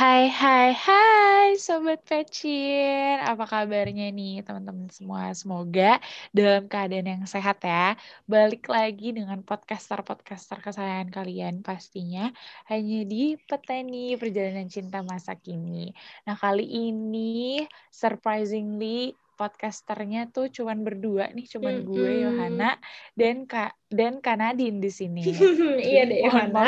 Hai, hai, hai, Sobat Pecin. Apa kabarnya nih teman-teman semua? Semoga dalam keadaan yang sehat ya. Balik lagi dengan podcaster-podcaster kesayangan kalian pastinya. Hanya di Petani Perjalanan Cinta Masa Kini. Nah, kali ini surprisingly podcasternya tuh cuman berdua nih. Cuman gue, Yohana, dan Kak Nadine di sini. Iya Jadi deh, mohon Yohana. maaf.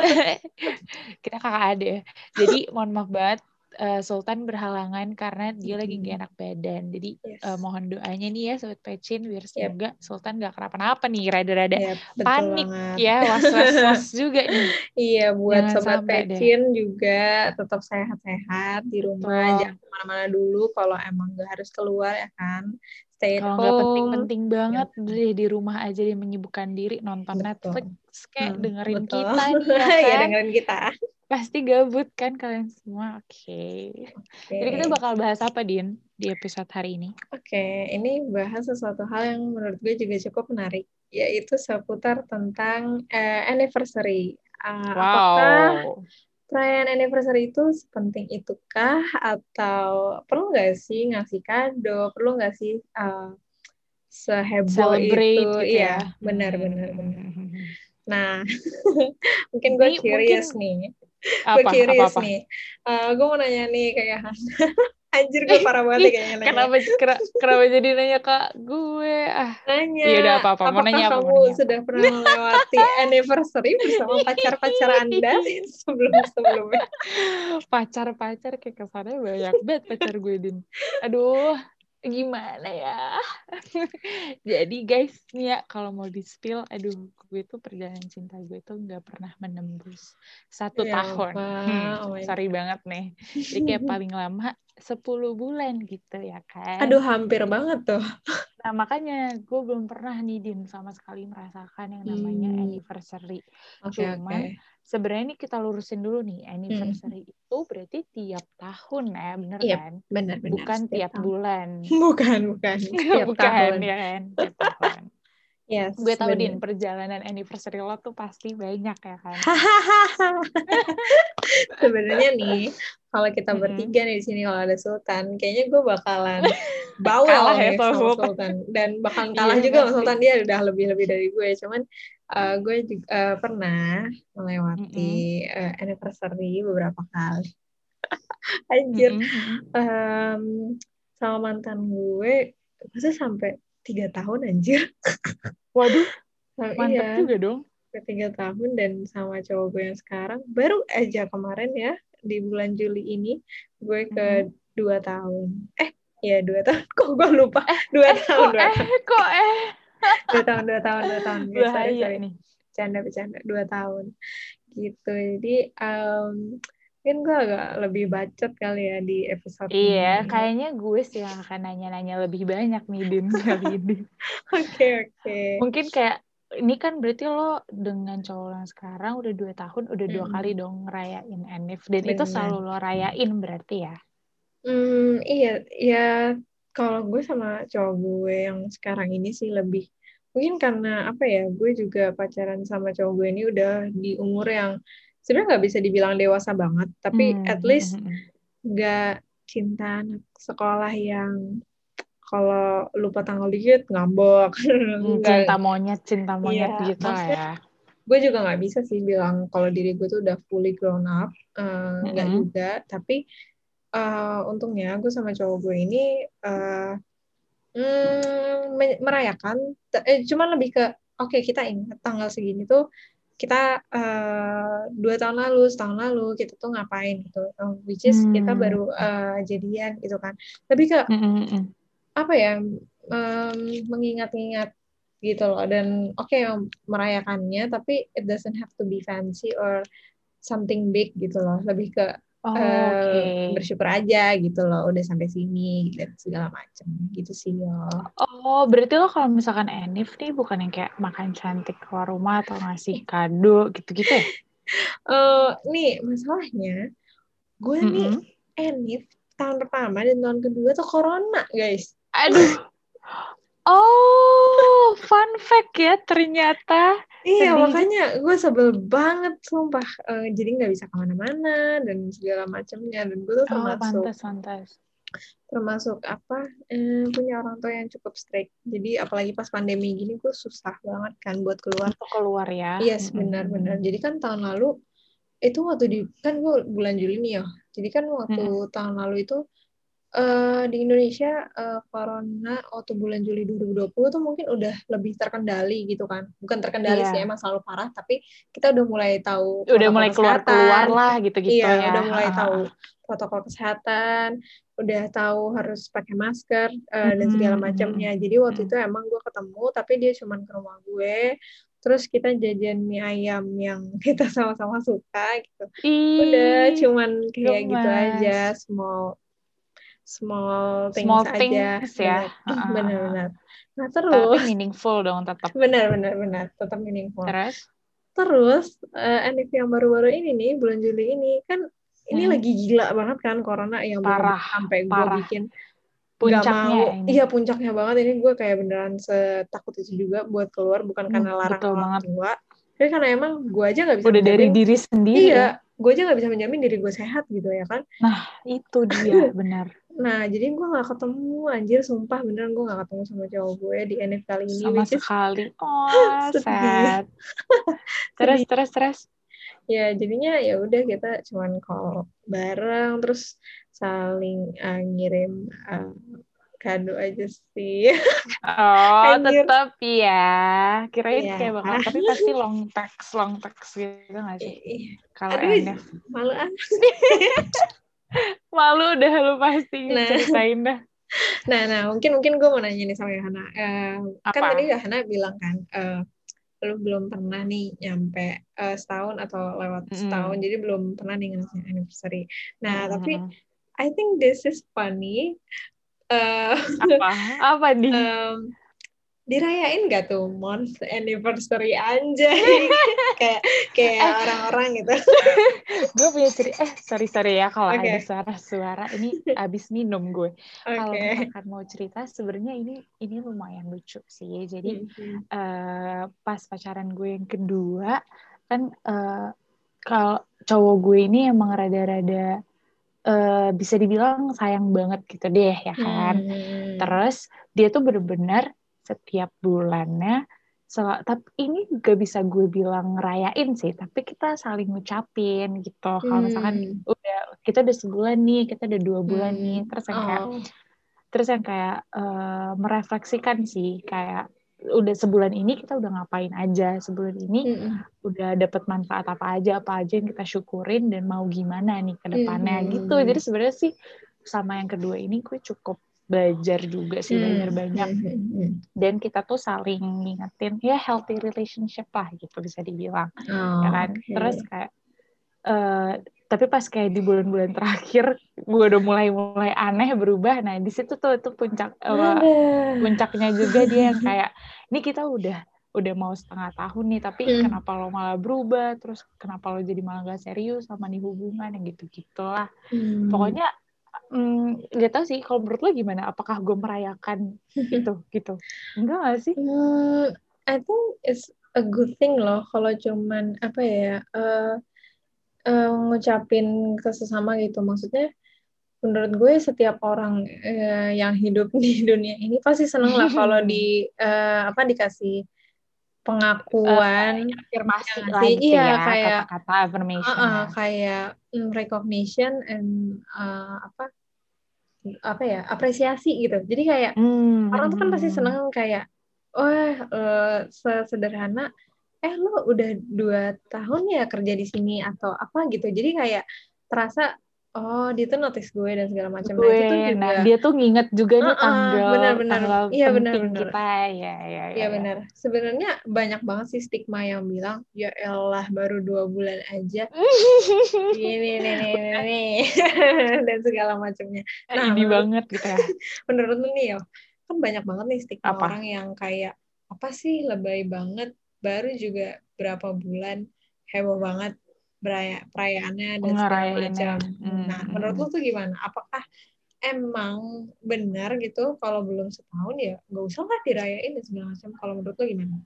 Kita kakak adik. Jadi mohon maaf banget Sultan berhalangan karena dia lagi gak enak badan. Jadi Yes. mohon doanya nih ya Sobat Pecin biar Yep. semoga Sultan gak kenapa-napa nih. Rada-rada Yep, betul panik banget. ya, was-was juga nih. Iya, buat Jangan Sobat sampai deh. Pecin juga tetap sehat-sehat di rumah. Betul. Jangan kemana-mana dulu kalau emang gak harus keluar ya kan. Stay at Kalau nggak home. penting-penting banget, deh di rumah aja dia menyibukkan diri nonton Netflix Betul. kayak dengerin Betul. kita nih ya Ya kan. dengerin kita. Pasti gabut kan kalian semua. Oke. Jadi kita Oke. bakal bahas apa, Din, di episode hari ini? Oke, ini bahas sesuatu hal yang menurut gue juga cukup menarik, yaitu seputar tentang anniversary. Apakah Wow. perayaan anniversary itu sepenting itukah, atau perlu nggak sih ngasih kado, perlu nggak sih seheboh Celebrate itu? gitu ya. Iya, benar. Nah, mungkin gue Ini curious mungkin nih. Gue curious apa-apa. nih. Gue mau nanya nih kayak anjir gue parah banget ya kayaknya nanya. Kenapa jadi nanya ke gue? Nanya, Iya udah apa-apa. Mau apakah nanya apa? Mau kamu nanya apa? sudah pernah melewati anniversary bersama pacar-pacar Anda sebelum-sebelumnya? Pacar-pacar kayak kesannya banyak banget pacar gue, Din. Aduh, gimana ya? Jadi guys, nih ya kalau mau di-spill, aduh, gue tuh perjalanan cinta gue tuh nggak pernah menembus 1 tahun. Ya, oh my Sorry banget nih. Jadi kayak paling lama 10 bulan gitu ya Aduh, kan. hampir banget tuh. Nah, makanya gue belum pernah nih, Din, sama sekali merasakan yang namanya anniversary. Cuman Oke. sebenarnya ini kita lurusin dulu nih. Anniversary itu berarti tiap tahun ya, bener Iya, kan? benar-benar Bukan setiap tiap tahun. bulan. Bukan, setiap Bukan, tahun. ya kan? Tiap tahun. Gue Yes, tahu, Din, benar. perjalanan anniversary lo tuh pasti banyak ya kan? Sebenarnya nih, kalau kita Mm-mm. bertiga nih di sini kalau ada Sultan, kayaknya gue bakalan bawel Kalah ya nih sama sama Sultan. Sultan, dan bakalan kalah Iya, juga sama pasti. Sultan. Dia udah lebih dari gue. Cuman gue juga pernah melewati Mm-mm. anniversary beberapa kali. Anjir, Mm-mm. Mm-mm. Em, sama mantan gue masa sampai 3 tahun anjir. Waduh, Iya, mantep juga dong. ke 3 tahun, dan sama cowok gue yang sekarang baru aja kemarin ya di bulan Juli ini gue ke Mm-mm. 2 tahun. Ya 2 tahun. Kok gue lupa? Eh, Dua eh, tahun, kok, 2 tahun, eh, kok, eh. 2 tahun. Guys, Bahaya sorry. nih. Bercanda. 2 tahun gitu. Jadi mungkin gue agak lebih bacot kali ya di episode Iya, ini. kayaknya gue sih yang akan nanya-nanya lebih banyak nih, Din, kali ini. Oke. Mungkin kayak, ini kan berarti lo dengan cowok yang sekarang udah 2 tahun, udah 2 kali Mm-mm. dong ngerayain Enif. Dan itu Benar. selalu lo rayain berarti ya? Iya, ya kalau gue sama cowok gue yang sekarang ini sih lebih, mungkin karena apa ya, gue juga pacaran sama cowok gue ini udah di umur yang sebenarnya nggak bisa dibilang dewasa banget, tapi at least nggak cinta anak sekolah yang kalau lupa tanggal dikit ngambek. Nggak, Cinta iya, monyet gitu lah maksudnya ya. gue juga nggak bisa sih bilang kalau diri gue tuh udah fully grown up, nggak Mm-mm. juga, tapi untungnya gue sama cowok gue ini merayakan, cuman lebih ke oke, kita ingat tanggal segini tuh kita 2 tahun lalu, setahun lalu kita tuh ngapain gitu, which is kita baru jadian gitu kan, lebih ke Mm-mm. apa ya, mengingat-ingat gitu loh, dan oke, merayakannya tapi it doesn't have to be fancy or something big gitu loh, lebih ke Oke. bersyukur aja gitu loh udah sampai sini dan segala macam gitu sih yo. Oh, berarti lo kalau misalkan Enif nih bukan yang kayak makan cantik keluar rumah atau ngasih kado gitu-gitu ya? Nih masalahnya gue nih Mm-mm. Enif tahun pertama dan tahun kedua tuh corona guys. Aduh. Oh, fun fact ya ternyata. Iya, Sedih gitu. makanya gue sebel banget, sumpah. Jadi nggak bisa kemana-mana dan segala macamnya. Dan gue tuh Oh, termasuk pantas. punya orang tua yang cukup strict. Jadi apalagi pas pandemi gini gue susah banget kan buat keluar. Untuk keluar ya. Yes, benar-benar. Jadi kan tahun lalu itu waktu kan gue bulan Juli nih ya. Jadi kan waktu tahun lalu itu di Indonesia corona waktu bulan Juli 2020 tuh mungkin udah lebih terkendali gitu kan. Bukan terkendali sih, Iya. emang selalu parah, tapi kita udah mulai tahu Udah protokol mulai keluar-keluar kesehatan. lah gitu-gitu Iya, ya. udah mulai tahu protokol kesehatan, udah tahu harus pakai masker dan segala macamnya. Jadi waktu itu emang gue ketemu, tapi dia cuman ke rumah gue. Terus kita jajan mie ayam yang kita sama-sama suka gitu. Udah Ih, cuman kayak gitu aja, gemas. small things Small aja, things ya. benar. Benar-benar. Nah, Tapi terus meaningful dong tetap. benar tetap meaningful. Terus? Terus NF yang baru-baru ini nih, bulan Juli ini kan ini lagi gila banget kan corona, yang bener-bener Parah, sampai gue parah. bikin nggak Puncaknya ya mau. ini. Iya, puncaknya banget. Ini gue kayak beneran setakut itu juga buat keluar, bukan karena larang Betul orang banget. tua, tapi karena emang gue aja nggak bisa Udah dari menjamin. diri sendiri ya. Iya, gue aja nggak bisa menjamin diri gue sehat gitu ya kan. Nah, itu dia, benar. Nah, jadi gue gak ketemu, anjir, sumpah beneran gue gak ketemu sama cowok gue di NF kali ini, Sama which is sekali. Oh, sedih. sad. Sedih. Terus. Ya, jadinya ya udah kita cuman call bareng, terus saling ngirim kado aja sih. Oh, Anjir. tetap ya. Kirain Ya. kayak bakal, tapi pasti long text gitu gak sih? Kalau Aduh, NF. malu ah. Malu udah lu pasti Nah, ceritain dah. mungkin gue mau nanya nih sama Yohana. Kan tadi Apa? Yohana bilang kan, lu belum pernah nih nyampe setahun atau lewat setahun, jadi belum pernah nih ngerasain anniversary. Nah, tapi I think this is funny. Apa nih? Dirayain gak tuh month anniversary anjay? kayak orang-orang gitu. Gue punya cerita. Sorry ya kalau Oke. ada suara-suara. Ini abis minum gue. Kalau Oke. misalkan mau cerita, sebenarnya ini lumayan lucu sih. Jadi pas pacaran gue yang kedua, kan kalau cowok gue ini emang rada-rada bisa dibilang sayang banget gitu deh ya kan. Terus dia tuh bener-bener setiap bulannya, tapi ini gak bisa gue bilang ngerayain sih, tapi kita saling ngucapin gitu. Kalau misalkan kita udah sebulan nih, kita udah 2 bulan nih, terus yang kayak merefleksikan sih, kayak udah sebulan ini kita udah ngapain aja, sebulan ini udah dapet manfaat apa aja yang kita syukurin dan mau gimana nih ke depannya gitu. Jadi sebenarnya sih sama yang kedua ini gue cukup belajar juga sih, belajar banyak. Dan kita tuh saling ngingetin ya healthy relationship lah gitu bisa dibilang. Ya kan? Terus kayak tapi pas kayak di bulan-bulan terakhir gue udah mulai aneh berubah. Nah, di situ tuh itu puncaknya juga dia yang kayak ini kita udah mau setengah tahun nih, tapi kenapa lo malah berubah, terus kenapa lo jadi malah gak serius sama nih hubungan yang gitu-gitulah. Pokoknya gak tau sih, kalau menurut lo gimana? Apakah gue merayakan itu gitu? Enggak gak sih? I think it's a good thing loh kalau cuman apa ya ngucapin ke sesama gitu. Maksudnya menurut gue setiap orang yang hidup di dunia ini pasti seneng lah kalau dikasih pengakuan, afirmasi yang lah sih. gitu Iya, ya, kayak kata-kata affirmation ya. kayak recognition and apa ya, apresiasi gitu. Jadi kayak orang tuh kan pasti seneng kayak sesederhana lu udah 2 tahun ya kerja di sini atau apa gitu. Jadi kayak terasa dia tuh notice gue dan segala macam. Nah, itu tuh juga dia tuh nginget juga nih tanggal benar-benar. Iya, penting benar-benar. kita ya. Iya, benar. Sebenarnya banyak banget sih stigma yang bilang ya elah baru 2 bulan aja ini nih dan segala macamnya. Nah, Ini banget gitu ya. menurut lu nih ya, kan banyak banget nih stigma Apa? orang yang kayak apa sih lebay banget, baru juga berapa bulan heboh banget perayaannya dan segala macam. Nah, menurut lu tuh gimana? Apakah emang benar gitu kalau belum setahun ya nggak usah lah dirayain dan segala macam? Kalau menurut lu gimana?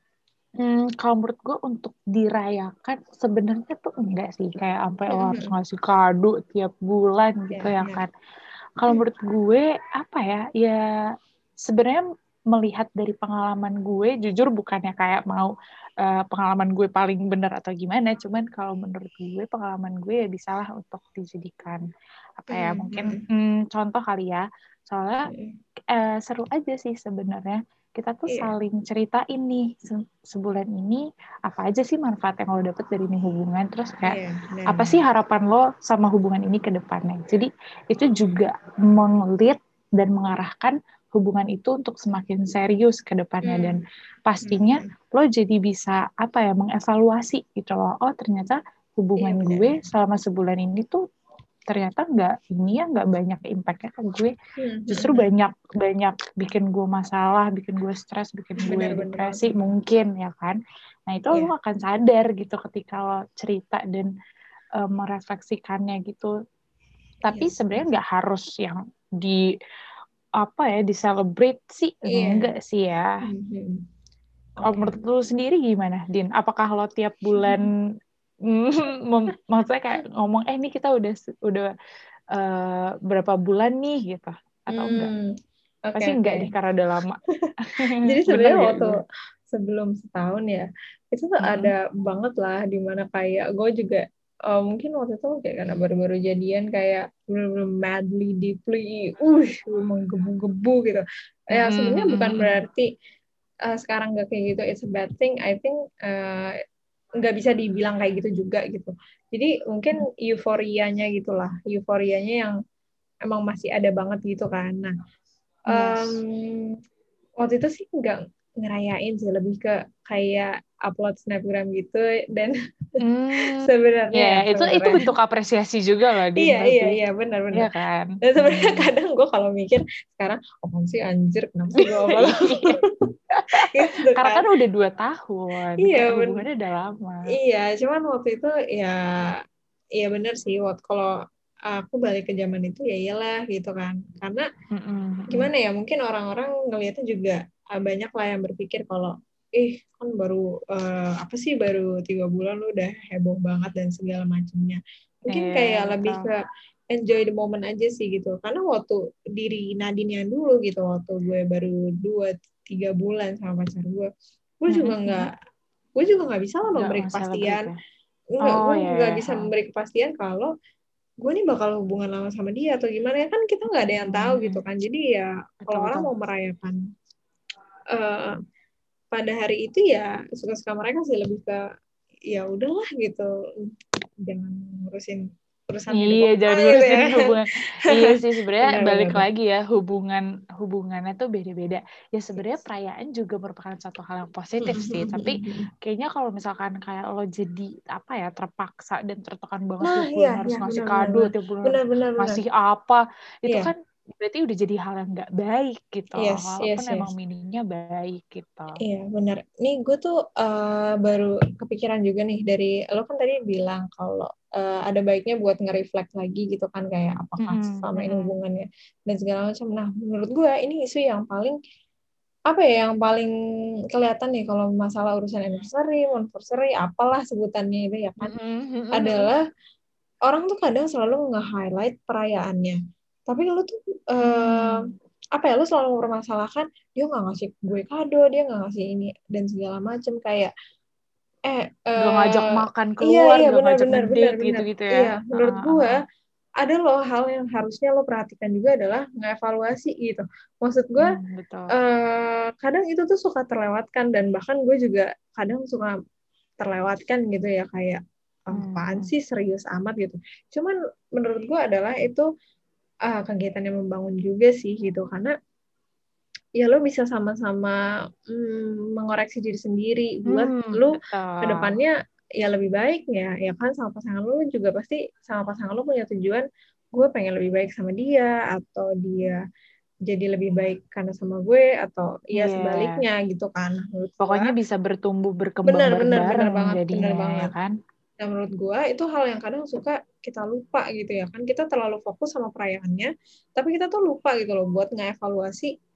Kalau menurut gue untuk dirayakan sebenarnya tuh enggak sih kayak sampai lo harus ngasih kado tiap bulan gitu ya kan. Kalau menurut gue apa ya, ya sebenarnya melihat dari pengalaman gue, jujur bukannya kayak mau pengalaman gue paling benar atau gimana, cuman kalau menurut gue pengalaman gue ya bisalah untuk dijadikan apa ya, mungkin contoh kali ya. Soalnya seru aja sih sebenarnya. Kita tuh Iya, saling ceritain nih sebulan ini apa aja sih manfaat yang lo dapet dari ini hubungan, terus kayak iya, apa sih benar-benar. harapan lo sama hubungan ini ke depannya. Jadi itu juga mengelit dan mengarahkan hubungan itu untuk semakin serius ke depannya, dan pastinya lo jadi bisa apa ya, mengevaluasi gitu loh. Oh ternyata Iya, hubungan benar. gue selama sebulan ini tuh ternyata nggak banyak impactnya ke gue, justru banyak banyak bikin gue masalah, bikin gue stres, bikin gue Benar-benar banget. depresi mungkin ya kan. Nah itu Iya, lo akan sadar gitu ketika lo cerita dan merefleksikannya gitu. iya Tapi sih. sebenarnya nggak harus yang di apa ya, di celebrate sih Iya. enggak sih ya. Kalau Oke. menurut lu sendiri gimana, Din? Apakah lo tiap bulan maksudnya kayak ngomong ini kita udah berapa bulan nih gitu, atau enggak? Oke, Pasti oke. enggak deh karena udah lama. Jadi Bener sebenarnya gak waktu gue? sebelum setahun ya, itu tuh Mm-mm. ada banget lah dimana kayak gue juga mungkin waktu itu kayak karena baru-baru jadian kayak bener-bener madly, deeply, menggebu-gebu gitu. Ya sebenarnya bukan Mm-mm. berarti sekarang gak kayak gitu, it's a bad thing. I think nggak bisa dibilang kayak gitu juga gitu. Jadi mungkin euforianya gitulah, euforianya yang emang masih ada banget gitu kan. Nah, Yes. waktu itu sih nggak ngerayain sih, lebih ke kayak upload snapgram gitu dan Hmm, sebenarnya ya ya itu sebenarnya bentuk apresiasi juga loh, Din, iya iya pasti. iya Iya benar-benar. kan? Dan sebenarnya Hmm. kadang gue kalau mikir sekarang apaan sih anjir, kenapa sih gue upload Iya. gitu Karena kan. kan udah 2 tahun, Iya kayak ben hubungannya udah lama. iya cuman waktu itu ya iya bener sih, waktu kalau aku balik ke zaman itu ya iyalah gitu kan, karena Mm-mm. gimana ya, mungkin orang-orang ngelihatnya juga banyak lah yang berpikir kalau kan baru apa sih baru 3 bulan lu udah heboh banget dan segala macamnya, mungkin Iya, kayak lebih betul. ke enjoy the moment aja sih gitu, karena waktu diri Nadine yang dulu gitu, waktu gue baru 2-3 bulan sama pacar gue juga nggak Mm-mm. gue juga nggak bisa lah Nggak memberi nge-celebrate kepastian. ya? Nggak, Oh gue ya, nggak ya. bisa memberi kepastian kalau gue nih bakal hubungan lama sama dia atau gimana ya, kan kita nggak ada yang tahu gitu Hmm, kan. Jadi ya kalau betul orang betul. mau merayakan eh, pada hari itu ya suka-suka mereka sih, lebih ke ya udahlah gitu, jangan ngurusin urusan hidup Iya, orang jangan gitu ya ngurusin kan. hubungan. Iya sih, sebenarnya Benar-benar. balik lagi ya, hubungannya tuh beda-beda. Ya sebenarnya perayaan juga merupakan satu hal yang positif sih. Tapi kayaknya kalau misalkan kayak lo jadi apa ya, terpaksa dan tertekan banget Nah tiap iya bulan harus iya ngasih benar-benar kado, benar tiap bulan harus benar benar benar. ngasih apa, itu Iya, kan berarti udah jadi hal yang nggak baik gitu. yes Walaupun yes emang yes. mininya baik gitu. Iya benar. Nih gue tuh baru kepikiran juga nih, dari lo kan tadi bilang kalau ada baiknya buat nge-reflect lagi gitu kan, kayak apakah Mm-mm, selama ini mm-mm. hubungannya dan segala macam. Nah menurut gue ini isu yang paling apa ya, yang paling kelihatan nih kalau masalah urusan anniversary, apalah sebutannya itu ya kan, Mm-mm, mm-mm, adalah orang tuh kadang selalu nge-highlight perayaannya. Tapi lu tuh mm-mm. apa ya, lu selalu mempermasalahkan dia nggak ngasih gue kado, dia nggak ngasih ini dan segala macem, kayak eh Gak ngajak eh, makan iya keluar, iya gak benar ngajak benar benar ngedate benar. gitu-gitu ya. Iya, menurut gue ada loh hal yang harusnya lo perhatikan juga, adalah ngevaluasi gitu. Maksud gue Betul. kadang itu tuh suka terlewatkan, dan bahkan gue juga kadang suka terlewatkan gitu ya, kayak apaan Hmm. sih serius amat gitu. Cuman menurut gue adalah itu kegiatan yang membangun juga sih gitu, karena ya lo bisa sama-sama mengoreksi diri sendiri buat lo Betul. kedepannya ya lebih baik ya kan, sama pasangan lo juga pasti, sama pasangan lo punya tujuan, gue pengen lebih baik sama dia, atau dia jadi lebih baik karena sama gue, atau ya Iya. sebaliknya gitu kan. Menurut gue Pokoknya bisa bertumbuh berkembang benar benar benar bareng-bareng banget, benar jadinya ya banget. kan. Nah, menurut gue itu hal yang kadang suka kita lupa gitu ya kan. Kita terlalu fokus sama perayaannya, tapi kita tuh lupa gitu loh buat ngevaluasi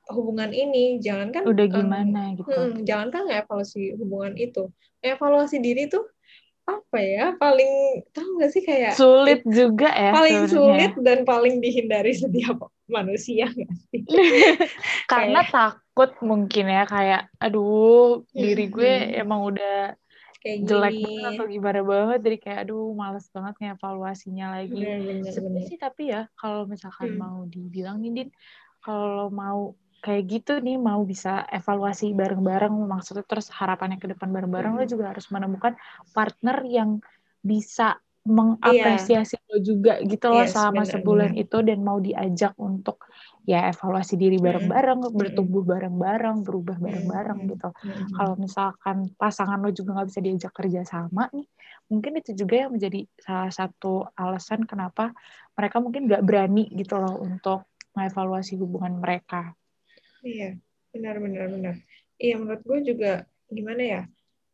hubungan ini, jangankan Udah gimana gitu. jangankan ngevaluasi hubungan itu, evaluasi diri tuh apa ya, paling tahu nggak sih kayak Sulit juga ya paling sulit sebenarnya. dan paling dihindari setiap manusia nggak sih? Karena Kayak takut mungkin ya, kayak aduh diri gue emang udah kayak jelek gini, banget atau gimana banget, jadi kayak aduh males banget ngevaluasinya lagi. Sebenarnya bener-bener. sih tapi ya kalau misalkan mau dibilang nih Din, kalau mau kayak gitu nih, mau bisa evaluasi bareng-bareng, maksudnya terus harapannya ke depan bareng-bareng, lo juga harus menemukan partner yang bisa Iya, mengapresiasi lo juga gitu loh yes, selama benar-benar. sebulan itu, dan mau diajak untuk ya evaluasi diri bareng-bareng, bertumbuh bareng-bareng, berubah bareng-bareng gitu. Kalau misalkan pasangan lo juga nggak bisa diajak kerja sama nih, mungkin itu juga yang menjadi salah satu alasan kenapa mereka mungkin nggak berani gitu loh untuk mengevaluasi hubungan mereka. Iya, benar. Iya, menurut gue juga gimana ya?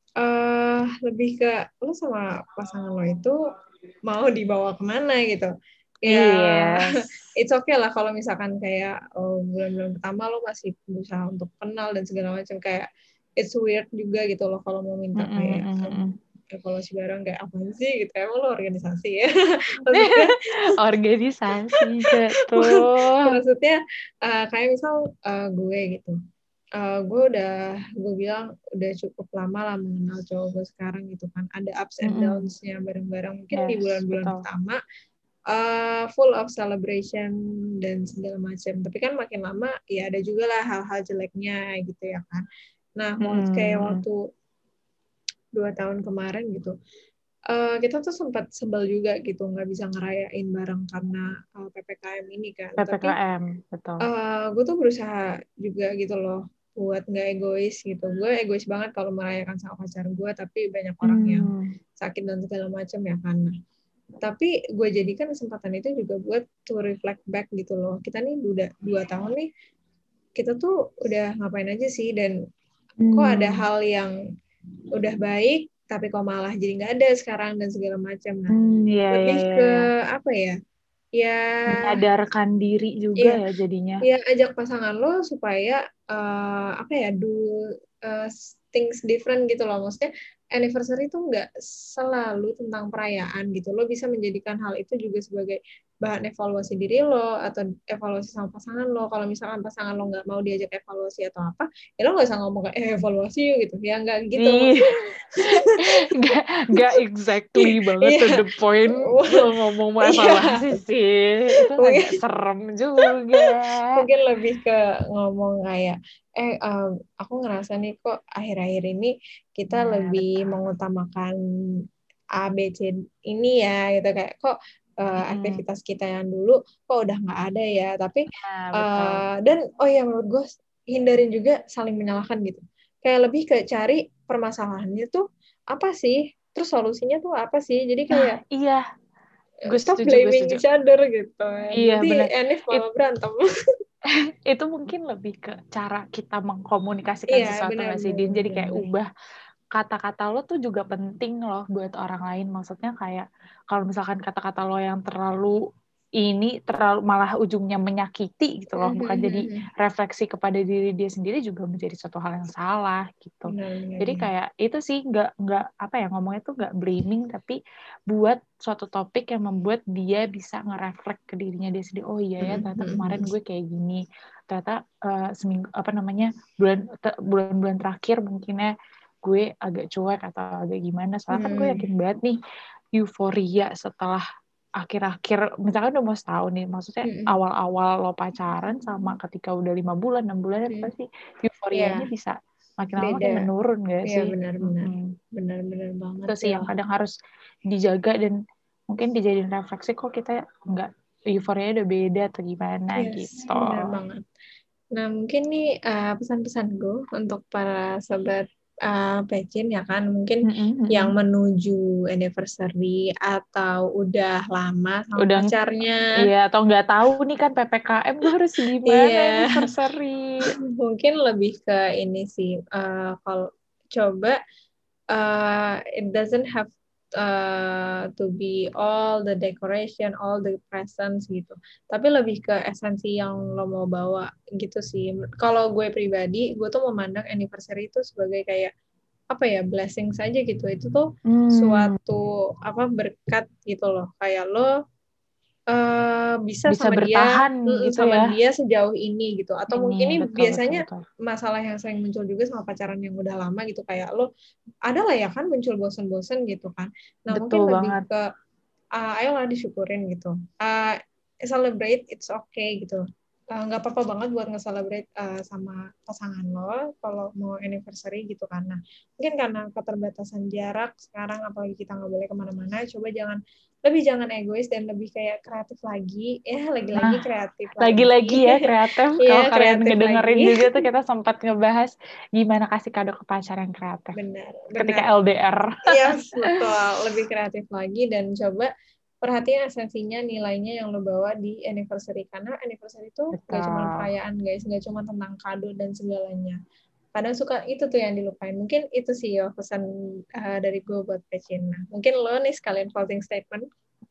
Lebih ke lo sama pasangan lo itu mau dibawa kemana gitu. Ya, Yes. it's okay lah kalau misalkan kayak bulan-bulan pertama lo masih berusaha untuk kenal dan segala macam, kayak it's weird juga gitu loh kalau mau minta kayak evaluasi bareng, kayak apa sih gitu, emang lo organisasi ya? Maksudnya Organisasi betul. maksudnya kayak misal gue gitu, gue bilang udah cukup lama lah mengenal cowok gue sekarang gitu kan, ada ups and downs-nya bareng-bareng, mungkin di Yes, bulan-bulan betul. pertama full of celebration dan segala macam, tapi kan makin lama ya ada juga lah hal-hal jeleknya gitu ya kan. Nah kayak waktu 2 tahun kemarin gitu, kita tuh sempat sebel juga gitu nggak bisa ngerayain bareng karena PPKM ini kan, tapi PPKM, betul. gue tuh berusaha juga gitu loh buat nggak egois gitu. Gue egois banget kalau merayakan sama pacar gue, tapi banyak orang yang sakit dan segala macam ya kan. Nah, tapi gue jadikan kesempatan itu juga buat to reflect back gitu loh. Kita nih udah 2 tahun nih, kita tuh udah ngapain aja sih, dan kok ada hal yang udah baik tapi kok malah jadi nggak ada sekarang dan segala macam. Nah, Iya, iya, lebih iya, ke iya. apa ya? Ya, Menyadarkan diri juga iya, ya jadinya. ya ajak pasangan lo supaya apa ya, do things different gitu loh. Maksudnya anniversary itu nggak selalu tentang perayaan gitu. Lo bisa menjadikan hal itu juga sebagai bahan evaluasi diri lo atau evaluasi sama pasangan lo. Kalau misalkan pasangan lo nggak mau diajak evaluasi atau apa, ya lo nggak usah ngomong kayak evaluasi yuk gitu. Ya nggak gitu Ih, maksudnya. nggak exactly banget to Iya, the point lo ngomong mau iya. evaluasi sih. Itu agak Mungkin serem juga. mungkin lebih ke ngomong kayak aku ngerasa nih kok akhir-akhir ini kita Nah, lebih betul. mengutamakan A B C ini ya gitu, kayak kok aktivitas kita yang dulu kok udah nggak ada ya, tapi Nah, betul. dan oh ya, menurut gue hindarin juga saling menyalahkan gitu, kayak lebih ke cari permasalahannya tuh apa sih, terus solusinya tuh apa sih, jadi Nah, kayak iya. Gue stop setuju, gue blaming setuju. each other gitu, Iya, nanti benar. Enif malah berantem. Itu mungkin lebih ke cara kita mengkomunikasikan Iya, sesuatu benar nggak sih, benar Din? benar Jadi kayak benar. ubah kata-kata lo tuh juga penting loh buat orang lain. Maksudnya kayak kalau misalkan kata-kata lo yang terlalu malah ujungnya menyakiti gitu loh, bukan jadi refleksi kepada diri dia sendiri, juga menjadi suatu hal yang salah gitu. Benar benar Jadi benar. kayak itu sih nggak apa ya, ngomongnya tuh nggak blaming, tapi buat suatu topik yang membuat dia bisa ngereflek ke dirinya dia sendiri. Oh iya ya, ternyata kemarin gue kayak gini. Ternyata seminggu apa namanya bulan-bulan terakhir mungkinnya gue agak cuek atau agak gimana. Soalnya kan gue yakin banget nih, euforia setelah akhir-akhir, misalkan udah mau setahun nih, maksudnya awal-awal lo pacaran sama ketika udah 5 bulan, 6 bulan, itu pasti euforianya Ya, bisa makin lama makin beda. menurun gak Iya, sih? benar-benar. Benar-benar banget Itu sih ya. yang kadang harus dijaga dan mungkin dijadiin refleksi, kok kita nggak, euforianya udah beda atau gimana Yes, gitu. benar banget. Nah, mungkin nih pesan-pesan gue untuk para sobat Pecin ya kan, mungkin yang menuju anniversary atau udah lama sama Udah, pacarnya. iya, atau nggak tahu nih kan PPKM gue harus gimana Iya, anniversary. mungkin lebih ke ini sih, kalau coba it doesn't have to be all the decoration, all the presents gitu. Tapi lebih ke esensi yang lo mau bawa gitu sih. Kalau gue pribadi, gue tuh memandang anniversary itu sebagai kayak apa ya, blessing saja gitu. Itu tuh suatu apa berkat gitu loh. Kayak lo bisa Bisa sama dia bertahan gitu sama ya. dia sejauh ini gitu. Atau mungkin ini Betul, betul, biasanya betul. masalah yang sering muncul juga sama pacaran yang udah lama gitu, kayak lo ada lah ya kan muncul bosen-bosen gitu kan. Nah Betul mungkin lebih banget. ke ayolah disyukurin gitu. Celebrate, it's okay gitu. Nggak apa-apa banget buat nge-celebrate sama pasangan lo kalau mau anniversary gitu kan. Nah, mungkin karena keterbatasan jarak sekarang, apalagi kita nggak boleh kemana-mana, coba jangan egois dan lebih kayak kreatif lagi. Ya, lagi-lagi Nah, kreatif lagi-lagi lagi. ya kreatif. Kalau Iya, kalian kreatif ngedengerin lagi. juga tuh kita sempat ngebahas gimana kasih kado ke pacar yang kreatif Benar, ketika benar. LDR. Yes, betul. Lebih kreatif lagi dan coba perhatiin esensinya, nilainya yang lo bawa di anniversary. Karena anniversary itu nggak cuma Betul. perayaan, guys. Nggak cuma tentang kado dan segalanya. Kadang suka itu tuh yang dilupain. Mungkin itu sih ya pesan dari gue buat Pecin. Nah, mungkin lo nih sekalian closing statement.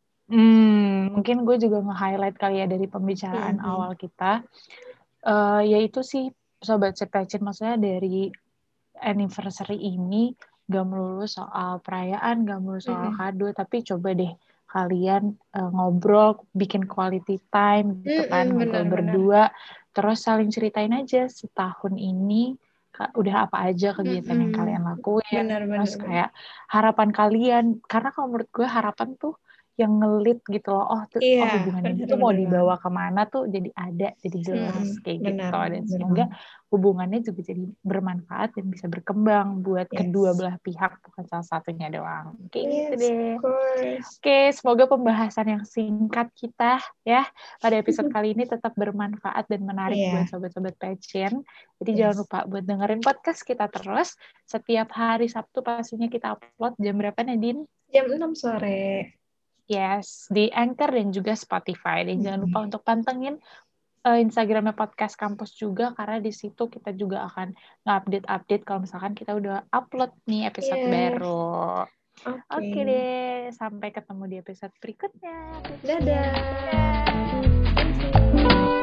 Mungkin gue juga nge-highlight kali ya dari pembicaraan awal kita. Yaitu sih Sobat Sepecin, maksudnya dari anniversary ini gak melulu soal perayaan, gak melulu soal kado, tapi coba deh kalian ngobrol, bikin quality time gitu kan, ngobrol Benar-benar. berdua, terus saling ceritain aja setahun ini udah apa aja kegiatan yang kalian lakuin, terus Benar-benar. kayak harapan kalian, karena kalau menurut gue harapan tuh yang ngelit gitu loh, Iya, hubungan ini tuh mau benar-benar banget. dibawa kemana tuh jadi ada, jadi jelas kayak gitu, Benar, dan benar semoga banget. hubungannya juga jadi bermanfaat dan bisa berkembang buat kedua Yes. belah pihak, bukan salah satunya doang. Kayak gitu Yes, of deh. course. Oke, semoga pembahasan yang singkat kita ya pada episode kali ini tetap bermanfaat dan menarik buat Iya, sobat-sobat Passion. Jadi jangan yes. lupa buat dengerin podcast kita terus. Setiap hari Sabtu pastinya kita upload. Jam berapa, Nadine? Jam 6 sore. Yes, di Anchor dan juga Spotify. Dan jangan lupa untuk pantengin Instagramnya Podcast Kampus juga, karena di situ kita juga akan nge-update kalau misalkan kita udah upload nih episode Yes. baru. Oke. Oke deh, sampai ketemu di episode berikutnya. Dadah. Dadah.